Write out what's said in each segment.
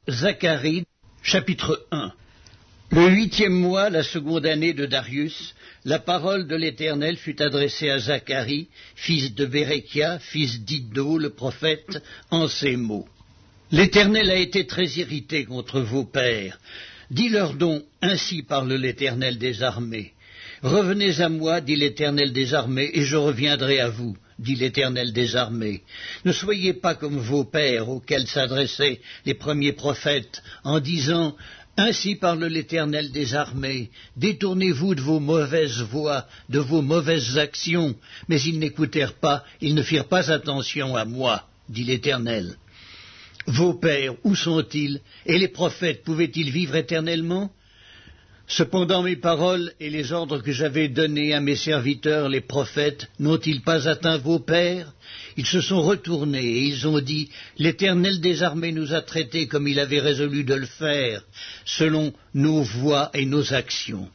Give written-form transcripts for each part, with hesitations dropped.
Zacharie, chapitre 1. Le 8e mois, la seconde année de Darius, la parole de l'Éternel fut adressée à Zacharie, fils de Béréchia, fils d'Iddo, le prophète, en ces mots. L'Éternel a été très irrité contre vos pères. Dis-leur donc, ainsi parle l'Éternel des armées. Revenez à moi, dit l'Éternel des armées, et je reviendrai à vous, dit l'Éternel des armées. Ne soyez pas comme vos pères, auxquels s'adressaient les premiers prophètes, en disant « Ainsi parle l'Éternel des armées, détournez-vous de vos mauvaises voies, de vos mauvaises actions. » Mais ils n'écoutèrent pas, ils ne firent pas attention à moi, dit l'Éternel. Vos pères, où sont-ils? Et les prophètes, pouvaient-ils vivre éternellement? Cependant mes paroles et les ordres que j'avais donnés à mes serviteurs, les prophètes, n'ont-ils pas atteint vos pères? Ils se sont retournés et ils ont dit, l'Éternel des armées nous a traités comme il avait résolu de le faire, selon nos voies et nos actions.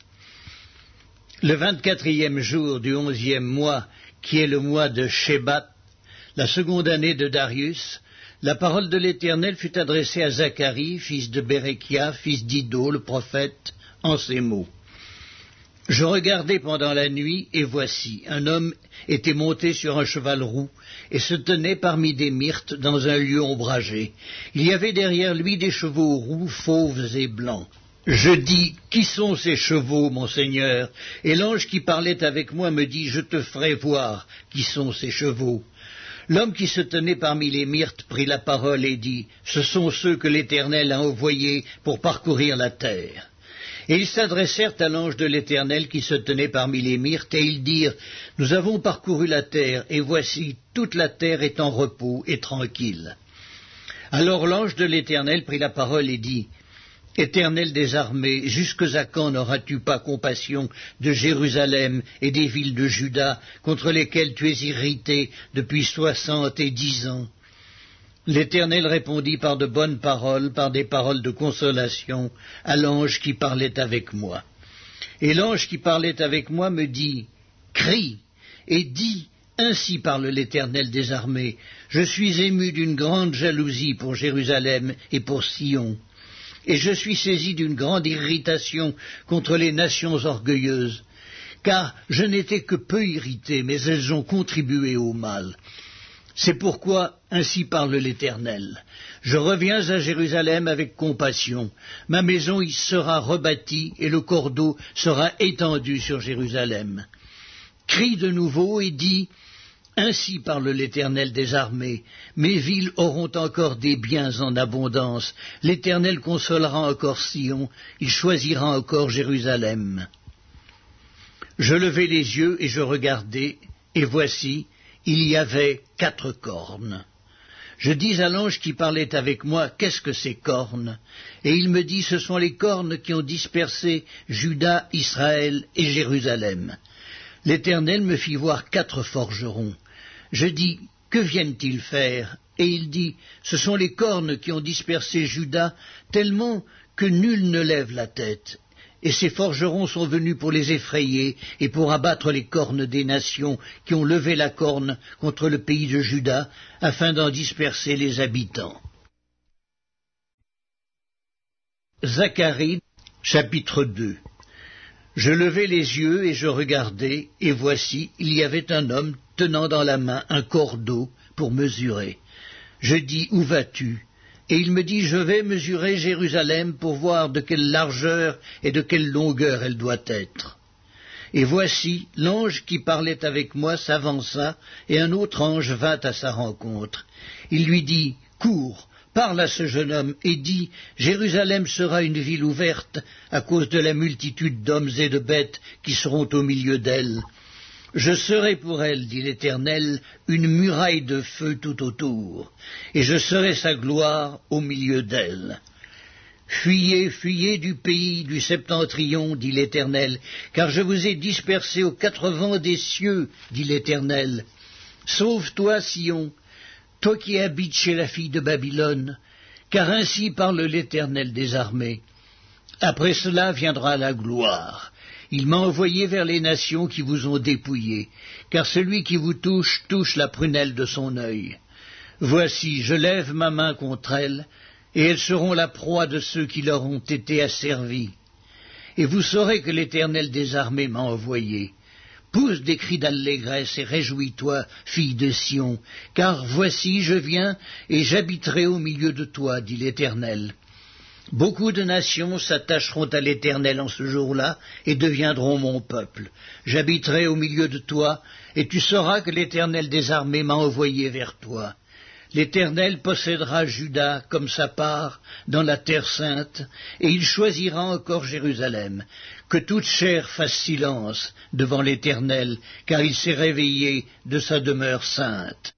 Le 24e jour du 11e mois, qui est le mois de Shebat, la seconde année de Darius, la parole de l'Éternel fut adressée à Zacharie, fils de Béréchia, fils d'Iddo, le prophète, en ces mots. Je regardai pendant la nuit, et voici, un homme était monté sur un cheval roux, et se tenait parmi des myrtes dans un lieu ombragé. Il y avait derrière lui des chevaux roux, fauves et blancs. Je dis, qui sont ces chevaux, mon Seigneur? Et l'ange qui parlait avec moi me dit, je te ferai voir qui sont ces chevaux. L'homme qui se tenait parmi les myrtes prit la parole et dit, ce sont ceux que l'Éternel a envoyés pour parcourir la terre. Et ils s'adressèrent à l'ange de l'Éternel qui se tenait parmi les myrtes, et ils dirent, nous avons parcouru la terre, et voici, toute la terre est en repos et tranquille. Alors l'ange de l'Éternel prit la parole et dit, Éternel des armées, jusque à quand n'auras-tu pas compassion de Jérusalem et des villes de Juda, contre lesquelles tu es irrité depuis 70 ans? L'Éternel répondit par de bonnes paroles, par des paroles de consolation, à l'ange qui parlait avec moi. Et l'ange qui parlait avec moi me dit, crie et dis, ainsi parle l'Éternel des armées, je suis ému d'une grande jalousie pour Jérusalem et pour Sion. Et je suis saisi d'une grande irritation contre les nations orgueilleuses, car je n'étais que peu irrité, mais elles ont contribué au mal. C'est pourquoi, ainsi parle l'Éternel, je reviens à Jérusalem avec compassion, ma maison y sera rebâtie et le cordeau sera étendu sur Jérusalem. Crie de nouveau et dis, ainsi parle l'Éternel des armées, mes villes auront encore des biens en abondance, l'Éternel consolera encore Sion, il choisira encore Jérusalem. Je levai les yeux et je regardai, et voici, il y avait 4 cornes. Je dis à l'ange qui parlait avec moi, qu'est-ce que ces cornes? Et il me dit, ce sont les cornes qui ont dispersé Juda, Israël et Jérusalem. L'Éternel me fit voir 4 forgerons. Je dis, que viennent-ils faire? Et il dit, ce sont les cornes qui ont dispersé Juda, tellement que nul ne lève la tête. Et ces forgerons sont venus pour les effrayer et pour abattre les cornes des nations qui ont levé la corne contre le pays de Juda, afin d'en disperser les habitants. Zacharie, chapitre 2. Je levai les yeux et je regardai, et voici, il y avait un homme tenant dans la main un cordeau pour mesurer. Je dis, où vas-tu? Et il me dit, je vais mesurer Jérusalem pour voir de quelle largeur et de quelle longueur elle doit être. Et voici, l'ange qui parlait avec moi s'avança, et un autre ange vint à sa rencontre. Il lui dit, cours, parle à ce jeune homme, et dis, Jérusalem sera une ville ouverte à cause de la multitude d'hommes et de bêtes qui seront au milieu d'elle. Je serai pour elle, dit l'Éternel, une muraille de feu tout autour, et je serai sa gloire au milieu d'elle. Fuyez, fuyez du pays du septentrion, dit l'Éternel, car je vous ai dispersés aux 4 vents des cieux, dit l'Éternel. Sauve-toi, Sion, toi qui habites chez la fille de Babylone, car ainsi parle l'Éternel des armées. Après cela viendra la gloire. Il m'a envoyé vers les nations qui vous ont dépouillés, car celui qui vous touche, touche la prunelle de son œil. Voici, je lève ma main contre elles, et elles seront la proie de ceux qui leur ont été asservis. Et vous saurez que l'Éternel des armées m'a envoyé. Pousse des cris d'allégresse et réjouis-toi, fille de Sion, car voici je viens et j'habiterai au milieu de toi, dit l'Éternel. Beaucoup de nations s'attacheront à l'Éternel en ce jour-là et deviendront mon peuple. J'habiterai au milieu de toi, et tu sauras que l'Éternel des armées m'a envoyé vers toi. L'Éternel possédera Juda comme sa part dans la terre sainte, et il choisira encore Jérusalem. Que toute chair fasse silence devant l'Éternel, car il s'est réveillé de sa demeure sainte.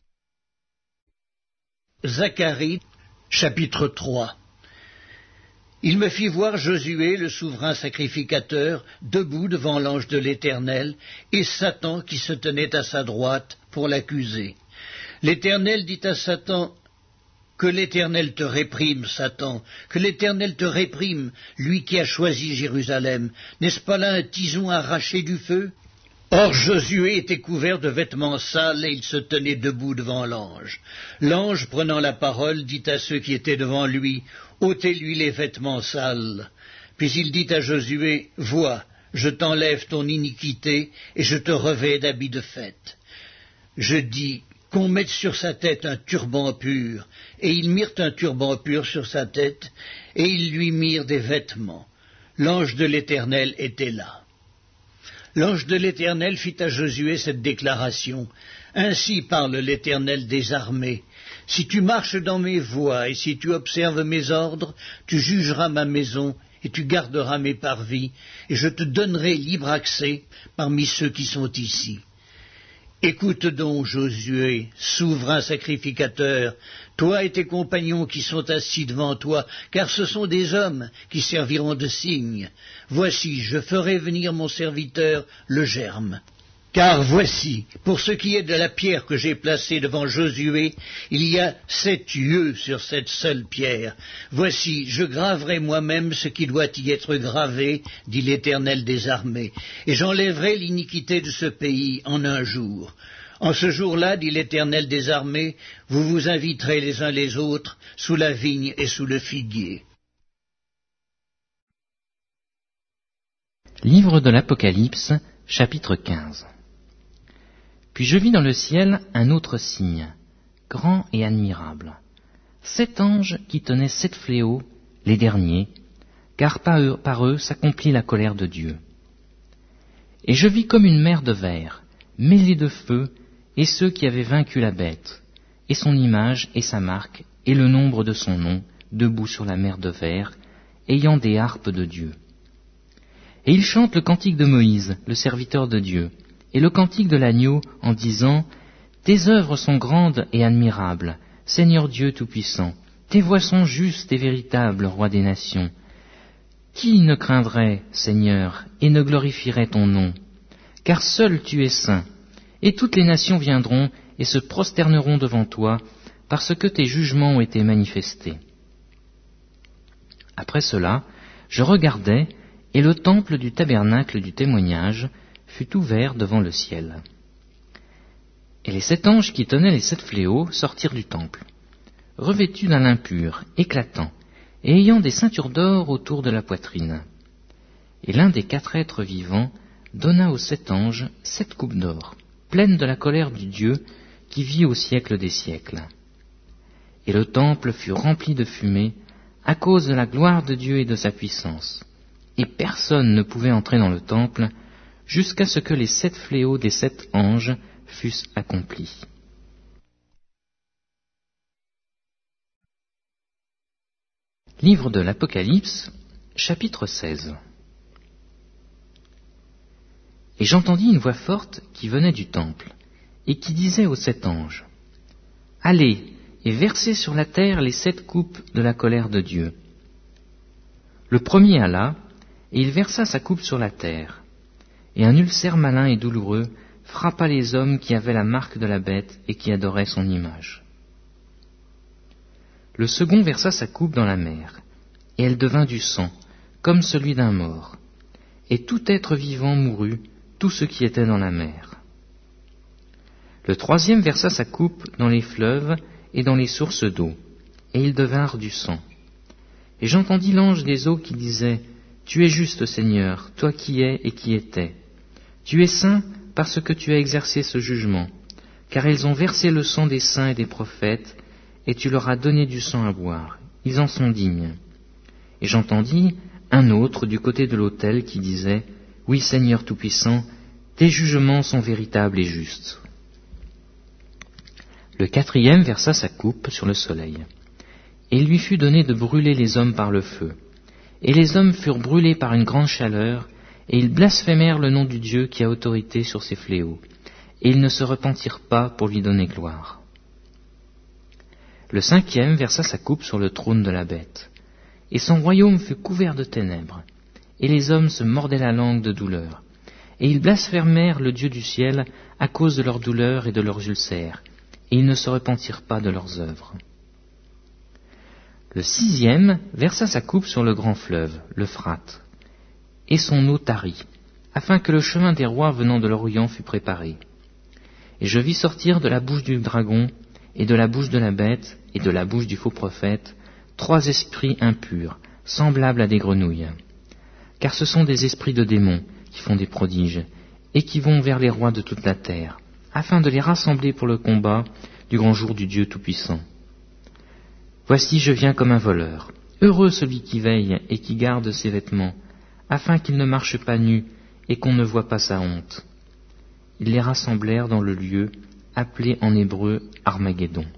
Zacharie, chapitre 3. Il me fit voir Josué, le souverain sacrificateur, debout devant l'ange de l'Éternel, et Satan qui se tenait à sa droite pour l'accuser. L'Éternel dit à Satan, « Que l'Éternel te réprime, Satan, que l'Éternel te réprime, lui qui a choisi Jérusalem. N'est-ce pas là un tison arraché du feu ?» Or Josué était couvert de vêtements sales et il se tenait debout devant l'ange. L'ange, prenant la parole, dit à ceux qui étaient devant lui, « Ôtez-lui les vêtements sales. » Puis il dit à Josué, « Vois, je t'enlève ton iniquité et je te revêts d'habits de fête. » Je dis, qu'on mette sur sa tête un turban pur, et ils mirent un turban pur sur sa tête, et ils lui mirent des vêtements. L'ange de l'Éternel était là. L'ange de l'Éternel fit à Josué cette déclaration, « Ainsi parle l'Éternel des armées. Si tu marches dans mes voies et si tu observes mes ordres, tu jugeras ma maison et tu garderas mes parvis, et je te donnerai libre accès parmi ceux qui sont ici. » Écoute donc, Josué, souverain sacrificateur, toi et tes compagnons qui sont assis devant toi, car ce sont des hommes qui serviront de signe. Voici, je ferai venir mon serviteur, le germe. Car voici, pour ce qui est de la pierre que j'ai placée devant Josué, il y a 7 yeux sur cette seule pierre. Voici, je graverai moi-même ce qui doit y être gravé, dit l'Éternel des armées, et j'enlèverai l'iniquité de ce pays en un jour. En ce jour-là, dit l'Éternel des armées, vous vous inviterez les uns les autres sous la vigne et sous le figuier. Livre de l'Apocalypse, chapitre 15. Puis je vis dans le ciel un autre signe, grand et admirable. 7 anges qui tenaient 7 fléaux, les derniers, car par eux s'accomplit la colère de Dieu. Et je vis comme une mer de verre, mêlée de feu, et ceux qui avaient vaincu la bête, et son image et sa marque, et le nombre de son nom, debout sur la mer de verre, ayant des harpes de Dieu. Et ils chantent le cantique de Moïse, le serviteur de Dieu, et le cantique de l'agneau en disant « Tes œuvres sont grandes et admirables, Seigneur Dieu Tout-Puissant, tes voies sont justes et véritables, Roi des nations. Qui ne craindrait, Seigneur, et ne glorifierait ton nom? Car seul tu es saint, et toutes les nations viendront et se prosterneront devant toi, parce que tes jugements ont été manifestés. » Après cela, je regardai, et le temple du tabernacle du témoignage fut ouvert devant le ciel. Et les 7 anges qui tenaient les 7 fléaux sortirent du temple, revêtus d'un lin pur, éclatant, et ayant des ceintures d'or autour de la poitrine. Et l'un des 4 êtres vivants donna aux 7 anges 7 coupes d'or, pleines de la colère du Dieu qui vit au siècle des siècles. Et le temple fut rempli de fumée à cause de la gloire de Dieu et de sa puissance. Et personne ne pouvait entrer dans le temple jusqu'à ce que les 7 fléaux des 7 anges fussent accomplis. Livre de l'Apocalypse, chapitre 16. Et j'entendis une voix forte qui venait du temple, et qui disait aux 7 anges, « Allez, et versez sur la terre les 7 coupes de la colère de Dieu. » Le premier alla, et il versa sa coupe sur la terre. Et un ulcère malin et douloureux frappa les hommes qui avaient la marque de la bête et qui adoraient son image. Le second versa sa coupe dans la mer, et elle devint du sang, comme celui d'un mort. Et tout être vivant mourut, tout ce qui était dans la mer. Le troisième versa sa coupe dans les fleuves et dans les sources d'eau, et ils devinrent du sang. Et j'entendis l'ange des eaux qui disait, Tu es juste, Seigneur, toi qui es et qui étais. Tu es saint parce que tu as exercé ce jugement, car ils ont versé le sang des saints et des prophètes, et tu leur as donné du sang à boire. Ils en sont dignes. Et j'entendis un autre du côté de l'autel qui disait, Oui, Seigneur Tout-Puissant, tes jugements sont véritables et justes. Le quatrième versa sa coupe sur le soleil, et il lui fut donné de brûler les hommes par le feu. Et les hommes furent brûlés par une grande chaleur, et ils blasphémèrent le nom du Dieu qui a autorité sur ces fléaux, et ils ne se repentirent pas pour lui donner gloire. Le cinquième versa sa coupe sur le trône de la bête, et son royaume fut couvert de ténèbres, et les hommes se mordaient la langue de douleur, et ils blasphémèrent le Dieu du ciel à cause de leurs douleurs et de leurs ulcères, et ils ne se repentirent pas de leurs œuvres. Le sixième versa sa coupe sur le grand fleuve, l'Euphrate, et son eau tarit, afin que le chemin des rois venant de l'Orient fût préparé. Et je vis sortir de la bouche du dragon, et de la bouche de la bête, et de la bouche du faux prophète, 3 esprits impurs, semblables à des grenouilles. Car ce sont des esprits de démons qui font des prodiges, et qui vont vers les rois de toute la terre, afin de les rassembler pour le combat du grand jour du Dieu Tout-Puissant. Voici, je viens comme un voleur. Heureux celui qui veille et qui garde ses vêtements, afin qu'il ne marche pas nu et qu'on ne voit pas sa honte. Ils les rassemblèrent dans le lieu appelé en hébreu Armageddon.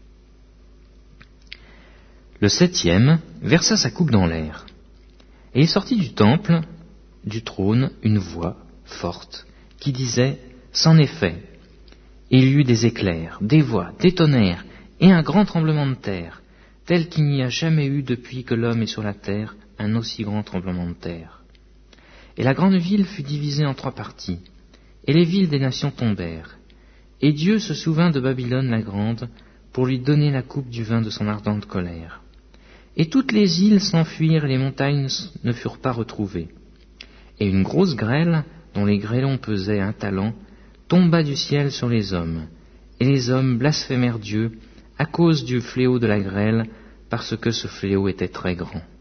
Le septième versa sa coupe dans l'air, et il sortit du temple, du trône, une voix forte qui disait « C'en est fait !» Et il y eut des éclairs, des voix, des tonnerres et un grand tremblement de terre, tel qu'il n'y a jamais eu depuis que l'homme est sur la terre un aussi grand tremblement de terre. Et la grande ville fut divisée en 3 parties, et les villes des nations tombèrent. Et Dieu se souvint de Babylone la grande pour lui donner la coupe du vin de son ardente colère. Et toutes les îles s'enfuirent et les montagnes ne furent pas retrouvées. Et une grosse grêle, dont les grêlons pesaient 1 talent, tomba du ciel sur les hommes, et les hommes blasphémèrent Dieu à cause du fléau de la grêle, parce que ce fléau était très grand.